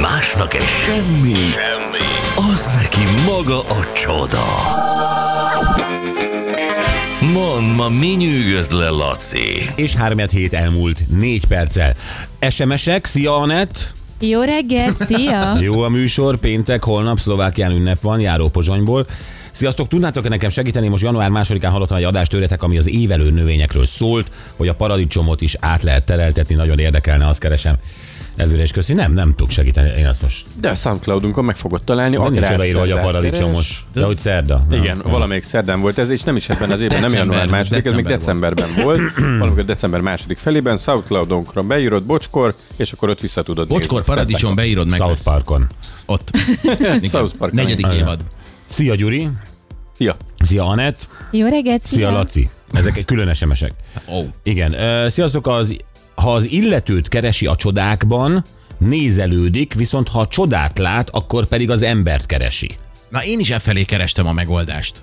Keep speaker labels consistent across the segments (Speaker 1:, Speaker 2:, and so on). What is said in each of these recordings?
Speaker 1: Másnak egy semmi, az neki maga a csoda. Mondd, ma mi nyűgöz le, Laci?
Speaker 2: És 3-7 elmúlt 4 perccel. SMS-ek, szia Anett!
Speaker 3: Jó reggelt, szia!
Speaker 2: Jó a műsor, péntek, holnap Szlovákián ünnep van, járó Pozsonyból. Sziasztok, tudnátok-e nekem segíteni? Most január 2-án hallottam egy adást tőletek, ami az évelő növényekről szólt, hogy a paradicsomot is át lehet tereltetni, nagyon érdekelne, azt keresem. Előre is köszi. Nem tudok segíteni, én azt most...
Speaker 4: De a SoundCloudunkon meg fogod találni.
Speaker 2: Nincs odaírva, hogy a paradicsomos. De hogy szerda.
Speaker 4: Igen, valamelyik szerdán volt ez, és nem is ebben az évben, nem január 2, ez még decemberben volt. Valamikor december 2 felében SoundCloudunkra beírod Bocskor, és akkor ott vissza tudod.
Speaker 5: Bocskor paradicsom, beírod meg.
Speaker 2: South Parkon.
Speaker 5: Ott.
Speaker 4: South Parkon.
Speaker 5: 4. évad.
Speaker 2: Szia Gyuri.
Speaker 4: Szia.
Speaker 2: Szia Anett.
Speaker 3: Jó reggelt, szia!
Speaker 2: Szia Laci. Ezek külön SMS-ek.
Speaker 5: Oh.
Speaker 2: Igen. Sziasztok, ha az illetőt keresi a csodákban, nézelődik, viszont ha a csodát lát, akkor pedig az embert keresi.
Speaker 5: Na én is efelé kerestem a megoldást.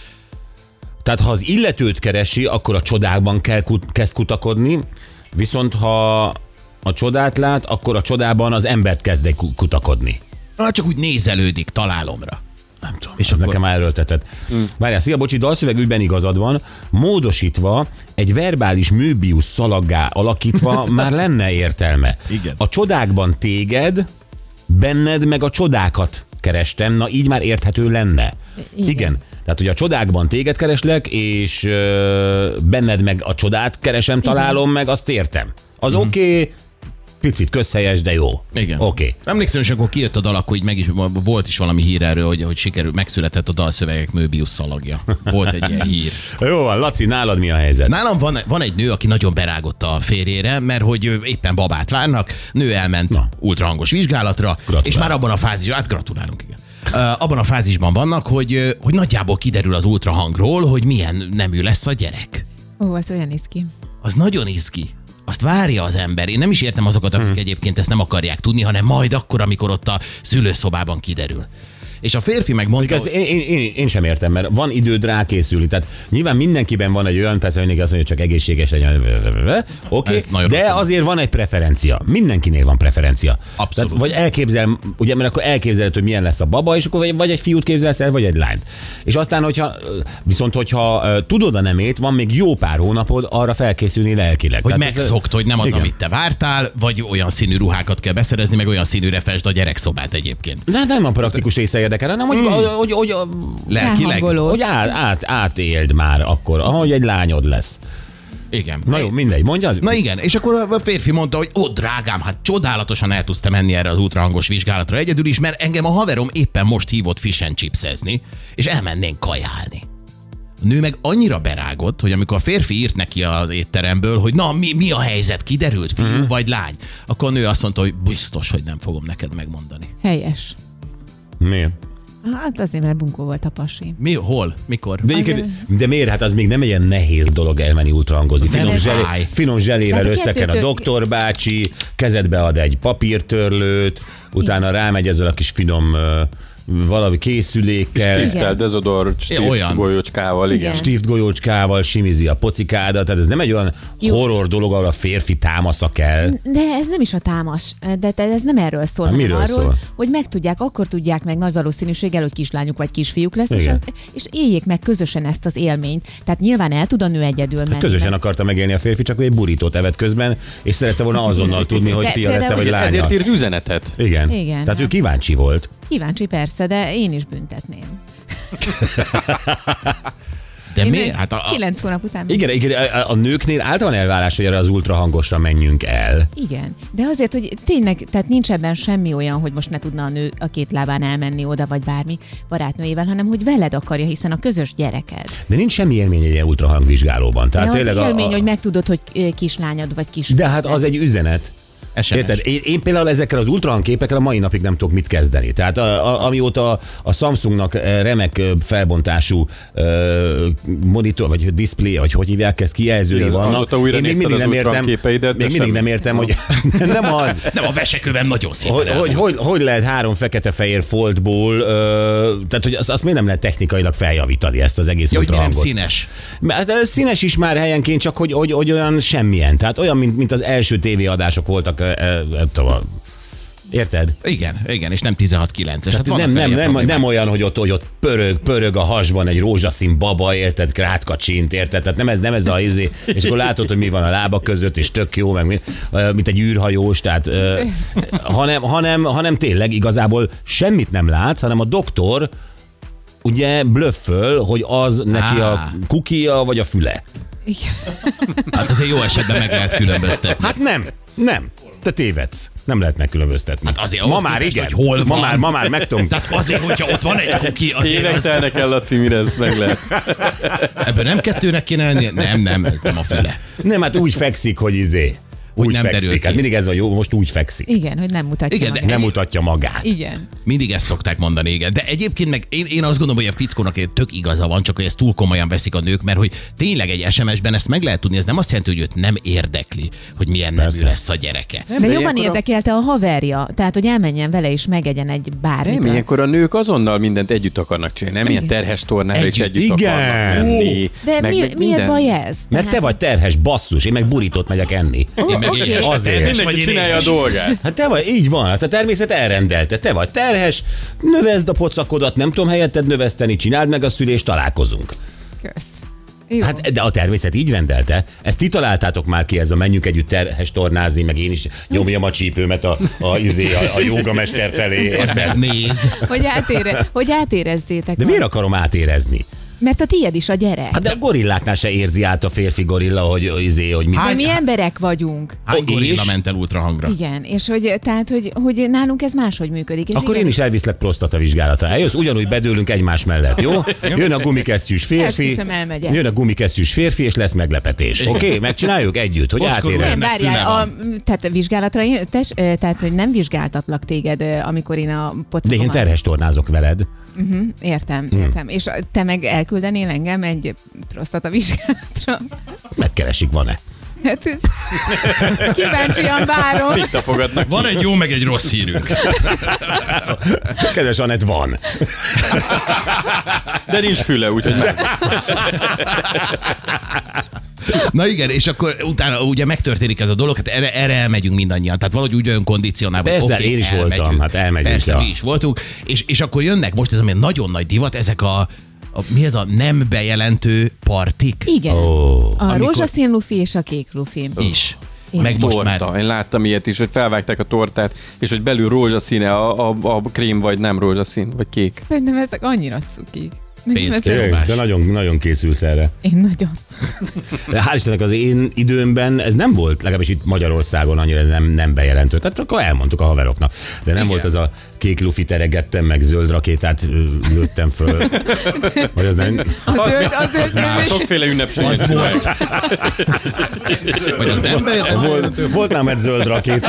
Speaker 2: Tehát ha az illetőt keresi, akkor a csodákban kezd kutakodni, viszont ha a csodát lát, akkor a csodában az embert kezd kutakodni.
Speaker 5: Na, csak úgy nézelődik, találomra.
Speaker 2: Nem tudom, és akkor... nekem erőltetett. Várjál, szia, bocsi, dalszövegügyben igazad van, módosítva, egy verbális Möbius szalaggá alakítva már lenne értelme.
Speaker 5: Igen.
Speaker 2: A csodákban téged, benned meg a csodákat kerestem, na így már érthető lenne. Igen. Tehát, hogy a csodákban téged kereslek, és benned meg a csodát keresem, találom meg, azt értem. Az oké, picit közhelyes, de jó.
Speaker 5: Igen.
Speaker 2: Oké.
Speaker 5: Emlékszem, és akkor kijött a dal, akkor így meg is, volt is valami hír erről, hogy sikerült, megszületett a dalszövegek Möbius szalagja. Volt egy ilyen hír.
Speaker 2: Jó van, Laci, nálad mi a helyzet?
Speaker 5: Nálam van egy nő, aki nagyon berágott a férjére, mert hogy éppen babát várnak, nő elment ultrahangos vizsgálatra,
Speaker 2: Gratulál.
Speaker 5: és már abban a fázisban, gratulálunk, igen. Abban a fázisban vannak, hogy nagyjából kiderül az ultrahangról, hogy milyen nemű lesz a gyerek.
Speaker 3: Ó, az olyan izgi.
Speaker 5: Az nagyon izgi. Azt várja az ember. Én nem is értem azokat, akik egyébként ezt nem akarják tudni, hanem majd akkor, amikor ott a szülőszobában kiderül. És a férfi megmondta,
Speaker 2: hogy... Én sem értem, mert van időd rákészülni. Tehát nyilván mindenkiben van egy olyan, persze mindenki azt mondja, hogy csak egészséges legyen. Oké, de azért van egy preferencia. Mindenkinél van preferencia.
Speaker 5: Abszolút.
Speaker 2: Tehát, vagy elképzel, ugye, mert akkor elképzeled, hogy milyen lesz a baba, és akkor vagy egy fiút képzelsz el, vagy egy lányt. És aztán, hogyha tudod a nemét, van még jó pár hónapod arra felkészülni lelkileg.
Speaker 5: hogy
Speaker 2: tehát
Speaker 5: megszokt, hogy nem az,
Speaker 2: igen.
Speaker 5: amit te vártál, vagy olyan színű ruhákat kell beszerezni, meg olyan színűre fesd a gyerekszobát egyébként.
Speaker 2: De nem a praktikus része érdekel, hanem hogy
Speaker 5: Lelkileg.
Speaker 2: hogy átéld már akkor, ahogy egy lányod lesz.
Speaker 5: Igen.
Speaker 2: Na jó, mindegy, mondjad?
Speaker 5: Na igen, és akkor a férfi mondta, hogy drágám, hát csodálatosan el tudsz te menni erre az ultrahangos vizsgálatra egyedül is, mert engem a haverom éppen most hívott fish and chipsezni, és elmennénk kajálni. A nő meg annyira berágott, hogy amikor a férfi írt neki az étteremből, hogy na, mi a helyzet, kiderült, fiú vagy lány, akkor a nő azt mondta, hogy biztos, hogy nem fogom neked megmondani.
Speaker 3: Helyes.
Speaker 2: Miért?
Speaker 3: Hát azért, mert bunkó volt a pasi.
Speaker 5: Mi, hol, mikor?
Speaker 2: De miért? Hát az még nem ilyen nehéz dolog elmenni ultrahangozni. Finom zselével
Speaker 3: De
Speaker 2: összeken a doktor bácsi, kezedbe ad egy papírtörlőt, utána rámegy ezzel a kis finom valami készülékkel.
Speaker 4: Stiftel, dezodor, stift golyócskával, igen.
Speaker 2: Stift golyócskával simizi a pocikádat, tehát ez nem egy olyan horror dolog, ahol a férfi támasza kell.
Speaker 3: De ez nem is a támasz, de ez nem erről szól, hanem
Speaker 2: miről
Speaker 3: arról,
Speaker 2: szól?
Speaker 3: hogy megtudják, akkor tudják meg nagy valószínűséggel, hogy kislányuk vagy kisfiúk lesz, és éljék meg közösen ezt az élményt. Tehát nyilván el tud a nő egyedül menni.
Speaker 2: Közösen akarta megélni a férfi, csak ő egy burítót evett közben, és szerette volna azonnal tudni, hogy fia lesz-e vagy lánya.
Speaker 4: Ezért írt üzenetet.
Speaker 2: Igen. Tehát ő kíváncsi volt.
Speaker 3: Kíváncsi persze, de én is büntetném.
Speaker 5: De miért? Hát
Speaker 3: 9 hónap után.
Speaker 2: Igen, a nőknél általán elvárás, hogy erre az ultrahangosra menjünk el.
Speaker 3: Igen, de azért, hogy tényleg, tehát nincs ebben semmi olyan, hogy most ne tudna a nő a két lábán elmenni oda, vagy bármi barátnőjével, hanem hogy veled akarja, hiszen a közös gyereked.
Speaker 2: De nincs semmi élmény egy ilyen ultrahangvizsgálóban. Tehát
Speaker 3: de az élmény, hogy megtudod, hogy kislányod vagy kisfiú.
Speaker 2: De hát az egy üzenet. Érted? Én például ezekkel az ultrahangképekkel a mai napig nem tudok mit kezdeni. Tehát amióta a Samsungnak remek felbontású monitor, vagy display, vagy hogy hívják, ezt kijelzői vannak. Én még mindig nem értem, hogy nem az.
Speaker 5: Nem, a vesekövem nagyon szépen.
Speaker 2: Hogy lehet 3 fekete-fehér foltból, tehát hogy azt miért nem lehet technikailag feljavítani ezt az egész ultrahangot?
Speaker 5: Hogy nem színes.
Speaker 2: Hát, színes is már helyenként, csak hogy olyan semmilyen. Tehát olyan, mint az első tévéadások voltak, Érted?
Speaker 5: Igen, és nem 16-9-es.
Speaker 2: Tehát nem olyan, hogy ott pörög a hasban egy rózsaszín baba, érted, krátkacsint, érted? Tehát nem ez a izé, és akkor látod, hogy mi van a lábak között, és tök jó, meg mint egy űrhajós, tehát hanem tényleg igazából semmit nem látsz, hanem a doktor ugye blöfföl, hogy az neki a kukia vagy a füle.
Speaker 5: Hát azért jó esetben meg lehet különböztetni.
Speaker 2: Hát nem. Te tévedsz. Nem lehet megkülönböztetni.
Speaker 5: Hát azért
Speaker 2: ma már igen.
Speaker 5: Hogy hol van.
Speaker 2: Ma már meg tudom.
Speaker 5: Tehát azért, hogyha ott van egy kuki, azért
Speaker 4: Évek telnek el, Laci, mire ezt meg lehet.
Speaker 5: Ebből nem 2-nek kéne lennie? Nem, ez nem a füle.
Speaker 2: Nem, hát úgy fekszik, hogy úgy
Speaker 5: nem derül
Speaker 2: fekszik.
Speaker 5: ki.
Speaker 2: Hát mindig ez a jó, most úgy fekszik.
Speaker 3: Igen, hogy nem mutatja
Speaker 5: Igen, de
Speaker 3: magát.
Speaker 2: Nem mutatja magát.
Speaker 3: Igen.
Speaker 5: Mindig ezt szokták mondani, igen. De egyébként meg én azt gondolom, hogy a fickónak tök igaza van, csak hogy ezt túl komolyan veszik a nők, mert hogy tényleg egy SMS-ben ezt meg lehet tudni, ez nem azt jelenti, hogy őt nem érdekli, hogy milyen nemű lesz a gyereke.
Speaker 3: De jobban érdekelte a haverja, tehát hogy elmenjen vele és megegyen egy bármit.
Speaker 4: Nem, ilyenkor a nők azonnal mindent együtt akarnak csinálni, nem ilyen terhes tornára is együtt akarnak menni.
Speaker 3: De miért baj ez?
Speaker 2: Mert te vagy terhes, basszus, én meg burítót megyek enni.
Speaker 5: Én meg
Speaker 3: oké.
Speaker 5: éhes.
Speaker 2: Azért.
Speaker 4: Mindenki csinálja a dolgát.
Speaker 2: Hát te vagy, így van, hát a természet elrendelte. Te vagy terhes, növezd a pocakodat, nem tudom helyetted növeszteni, csináld meg a szülést, találkozunk.
Speaker 3: Kösz. Jó.
Speaker 2: Hát, de a természet így rendelte. Ezt ti találtátok már ki, ez a menjünk együtt terhes tornázni, meg én is nyomjam a csípőmet a jógamester felé. Érted?
Speaker 5: Nézd.
Speaker 3: Hogy átérezzétek.
Speaker 2: De miért akarom átérezni?
Speaker 3: Mert a tiéd is a gyerek.
Speaker 2: Hát de a gorilláknál se érzi át a férfi gorilla, hogy mit.
Speaker 3: De mi emberek vagyunk.
Speaker 5: Hány gorilla
Speaker 2: és?
Speaker 5: ment el ultrahangra?
Speaker 3: Igen, és hogy nálunk ez máshogy működik. És
Speaker 2: Akkor
Speaker 3: igen,
Speaker 2: én is elviszlek prostatavizsgálatra. Eljössz, ugyanúgy bedőlünk egymás mellett, jó? Jön a gumikesztyűs férfi,
Speaker 3: Elviszem, elmegyek.
Speaker 2: jön a gumikesztyűs férfi, és lesz meglepetés. Oké? Megcsináljuk együtt, hogy
Speaker 5: Bocskor,
Speaker 2: átérez.
Speaker 3: Nem,
Speaker 5: Füle
Speaker 3: várjál,
Speaker 5: van.
Speaker 3: tehát vizsgálatra, tehát hogy nem vizsgáltatlak téged, amikor én a
Speaker 2: De
Speaker 3: pocakomat...
Speaker 2: én terhes tornázok veled.
Speaker 3: Értem. És te meg elküldenél engem egy prostata vizsgálatra?
Speaker 2: Megkeresik, van-e?
Speaker 3: Hát ez... Kíváncsian várom.
Speaker 4: Mit tapogatnak?
Speaker 5: Van egy jó, meg egy rossz hírünk.
Speaker 2: Kedves Anett, van.
Speaker 4: De nincs füle, úgyhogy meg.
Speaker 5: Na igen, és akkor utána ugye megtörténik ez a dolog, hát erre elmegyünk mindannyian. Tehát valahogy úgy olyan kondicionálva.
Speaker 2: Persze,
Speaker 5: oké,
Speaker 2: én is
Speaker 5: elmegyünk.
Speaker 2: voltam, hát elmegyünk,
Speaker 5: Persze,
Speaker 2: ja.
Speaker 5: mi is voltunk. És akkor jönnek most ez, ami nagyon nagy divat, ezek mi ez a nem bejelentő partik?
Speaker 3: Igen.
Speaker 2: Ó.
Speaker 3: A rózsaszín lufi és a kék lufi.
Speaker 5: Is.
Speaker 3: Igen.
Speaker 5: Meg most már...
Speaker 4: Torta. Én láttam ilyet is, hogy felvágták a tortát, és hogy belül rózsaszíne a krém, vagy nem rózsaszín, vagy kék.
Speaker 3: Szerintem ezek annyira cukik. Nekem ez-
Speaker 5: Pénzkidobás.
Speaker 2: De nagyon, nagyon készülsz erre.
Speaker 3: Én nagyon.
Speaker 2: De hál' Istennek az én időmben ez nem volt, legalábbis itt Magyarországon annyira nem bejelentő. Tehát akkor elmondtuk a haveroknak. De nem volt az a kék lufi teregettem, meg zöld rakétát lőttem föl. Vagy az nem...
Speaker 3: Az
Speaker 4: Már sokféle ünnepség.
Speaker 5: Az volt. Vagy az nem bejelentő?
Speaker 2: Volt nálam egy zöld rakéta.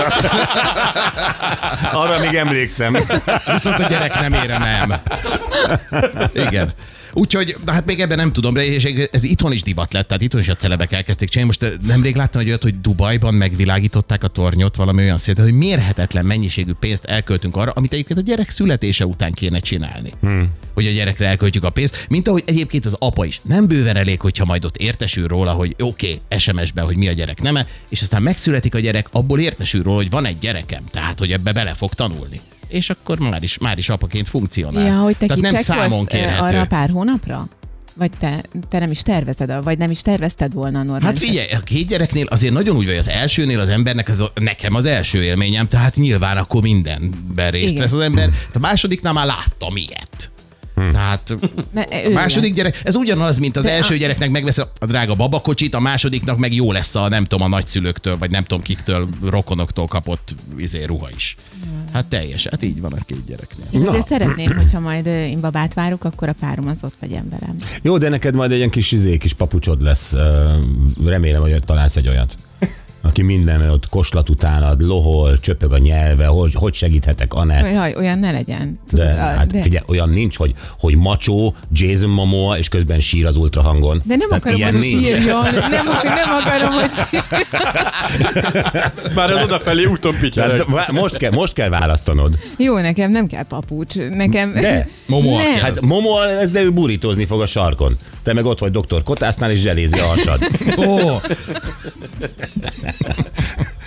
Speaker 2: Arra még emlékszem.
Speaker 5: Viszont a gyerek nem ére, nem. Igen. Úgyhogy, hát még ebben nem tudom, és ez itthon is divat lett, tehát itthon is a celebek elkezdték csinálni. Most nemrég láttam, hogy olyat, hogy Dubajban megvilágították a tornyot valami olyan szét, hogy mérhetetlen mennyiségű pénzt elköltünk arra, amit egyébként a gyerek születése után kéne csinálni. Hogy a gyerekre elköltjük a pénzt, mint ahogy egyébként az apa is. Nem bőven elég, hogyha majd ott értesül róla, hogy oké, SMS-ben, hogy mi a gyerek neme, és aztán megszületik a gyerek, abból értesül róla, hogy van egy gyerekem, tehát hogy ebbe bele fog tanulni. És akkor már is apaként funkcionál.
Speaker 3: Ja, hogy te
Speaker 5: Tehát nem számon
Speaker 3: kicsekkolsz
Speaker 5: kérhető.
Speaker 3: arra pár hónapra? Vagy te nem is tervezed, vagy nem is tervezted volna normálisan?
Speaker 5: Hát figyelj, a 2 gyereknél azért nagyon úgy vagy, az elsőnél az embernek, nekem az első élményem, tehát nyilván akkor mindenben részt
Speaker 3: Igen.
Speaker 5: vesz az ember. A másodiknál már láttam ilyet. Tehát a második gyerek, ez ugyanaz, mint az első gyereknek megvesz a drága babakocsit, a másodiknak meg jó lesz a nem tudom, a nagyszülőktől, vagy nem tudom kiktől, rokonoktól kapott ruha is. Hát teljes, hát így van a 2 gyereknél.
Speaker 3: Én azért szeretném, hogyha majd én babát várok, akkor a párom az ott legyen velem.
Speaker 2: Jó, de neked majd egy ilyen kis papucsod lesz. Remélem, hogy találsz egy olyat. Aki minden ott koslat utánad, lohol, csöpög a nyelve, hogy segíthetek, Anett.
Speaker 3: Jaj, olyan ne legyen.
Speaker 2: Figyelj, olyan nincs, hogy macsó, Jason Momoa, és közben sír az ultrahangon.
Speaker 3: De nem
Speaker 2: Tehát
Speaker 3: akarom,
Speaker 2: ilyen
Speaker 3: hogy
Speaker 2: nincs.
Speaker 3: sírjon. Nem akarom, hogy sírjon.
Speaker 4: Már az odafelé úton pityerek.
Speaker 2: Tehát most kell választanod.
Speaker 3: Jó, nekem nem kell papucs. Nekem...
Speaker 2: De.
Speaker 5: Momoa
Speaker 3: Nem.
Speaker 5: kell.
Speaker 2: Hát Momoa ezzel ő burítózni fog a sarkon. Te meg ott vagy Dr. Kotásznál, és zselézi a hasad.
Speaker 5: Ó,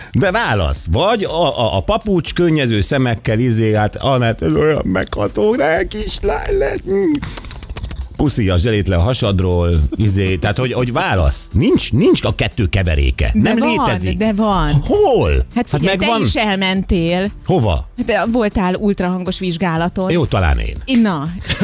Speaker 2: De válasz. Vagy a papucs könnyező szemekkel hát Anett, olyan megható, ne kislány lett. Puszi a zselét le a hasadról, tehát hogy válasz. Nincs a kettő keveréke.
Speaker 3: De
Speaker 2: nem
Speaker 3: van,
Speaker 2: létezik.
Speaker 3: de van.
Speaker 2: Hol?
Speaker 3: Hát figyelj, te is elmentél.
Speaker 2: Hova?
Speaker 3: Hát voltál ultrahangos vizsgálaton.
Speaker 2: Jó, talán én.
Speaker 3: Na.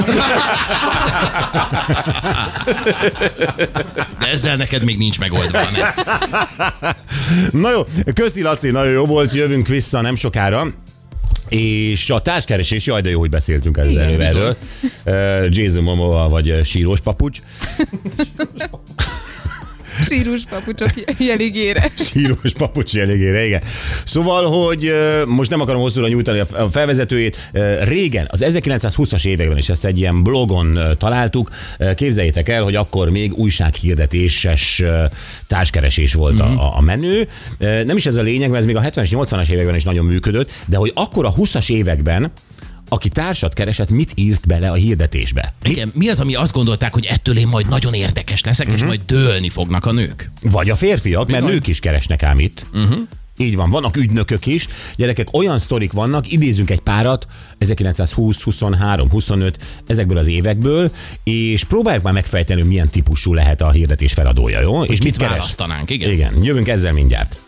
Speaker 5: De ezzel neked még nincs megoldva.
Speaker 2: Na jó, köszi Laci, nagyon jó volt, jövünk vissza nem sokára. És a társkeresés, jaj, de jó, hogy beszéltünk erről. Jason Momoa vagy sírós papucs.
Speaker 3: Sírós papucsok jeligére.
Speaker 2: Sírós papucs jeligére, igen. Szóval, hogy most nem akarom hosszúra nyújtani a felvezetőjét. Régen, az 1920-as években is ezt egy ilyen blogon találtuk. Képzeljétek el, hogy akkor még újsághirdetéses társkeresés volt a menő. Nem is ez a lényeg, mert ez még a 70-es, 80-as években is nagyon működött, de hogy akkor a 20-as években aki társat keresett, mit írt bele a hirdetésbe?
Speaker 5: Igen, mi az, ami azt gondolták, hogy ettől én majd nagyon érdekes leszek, és majd dőlni fognak a nők?
Speaker 2: Vagy a férfiak, mert nők is keresnek ám itt. Így van, vannak ügynökök is. Gyerekek, olyan sztorik vannak, idézünk egy párat, 1920, 23, 25, ezekből az évekből, és próbáljuk már megfejteni, milyen típusú lehet a hirdetés feladója, jó? És mit
Speaker 5: választanánk, igen.
Speaker 2: Igen, jövünk ezzel mindjárt.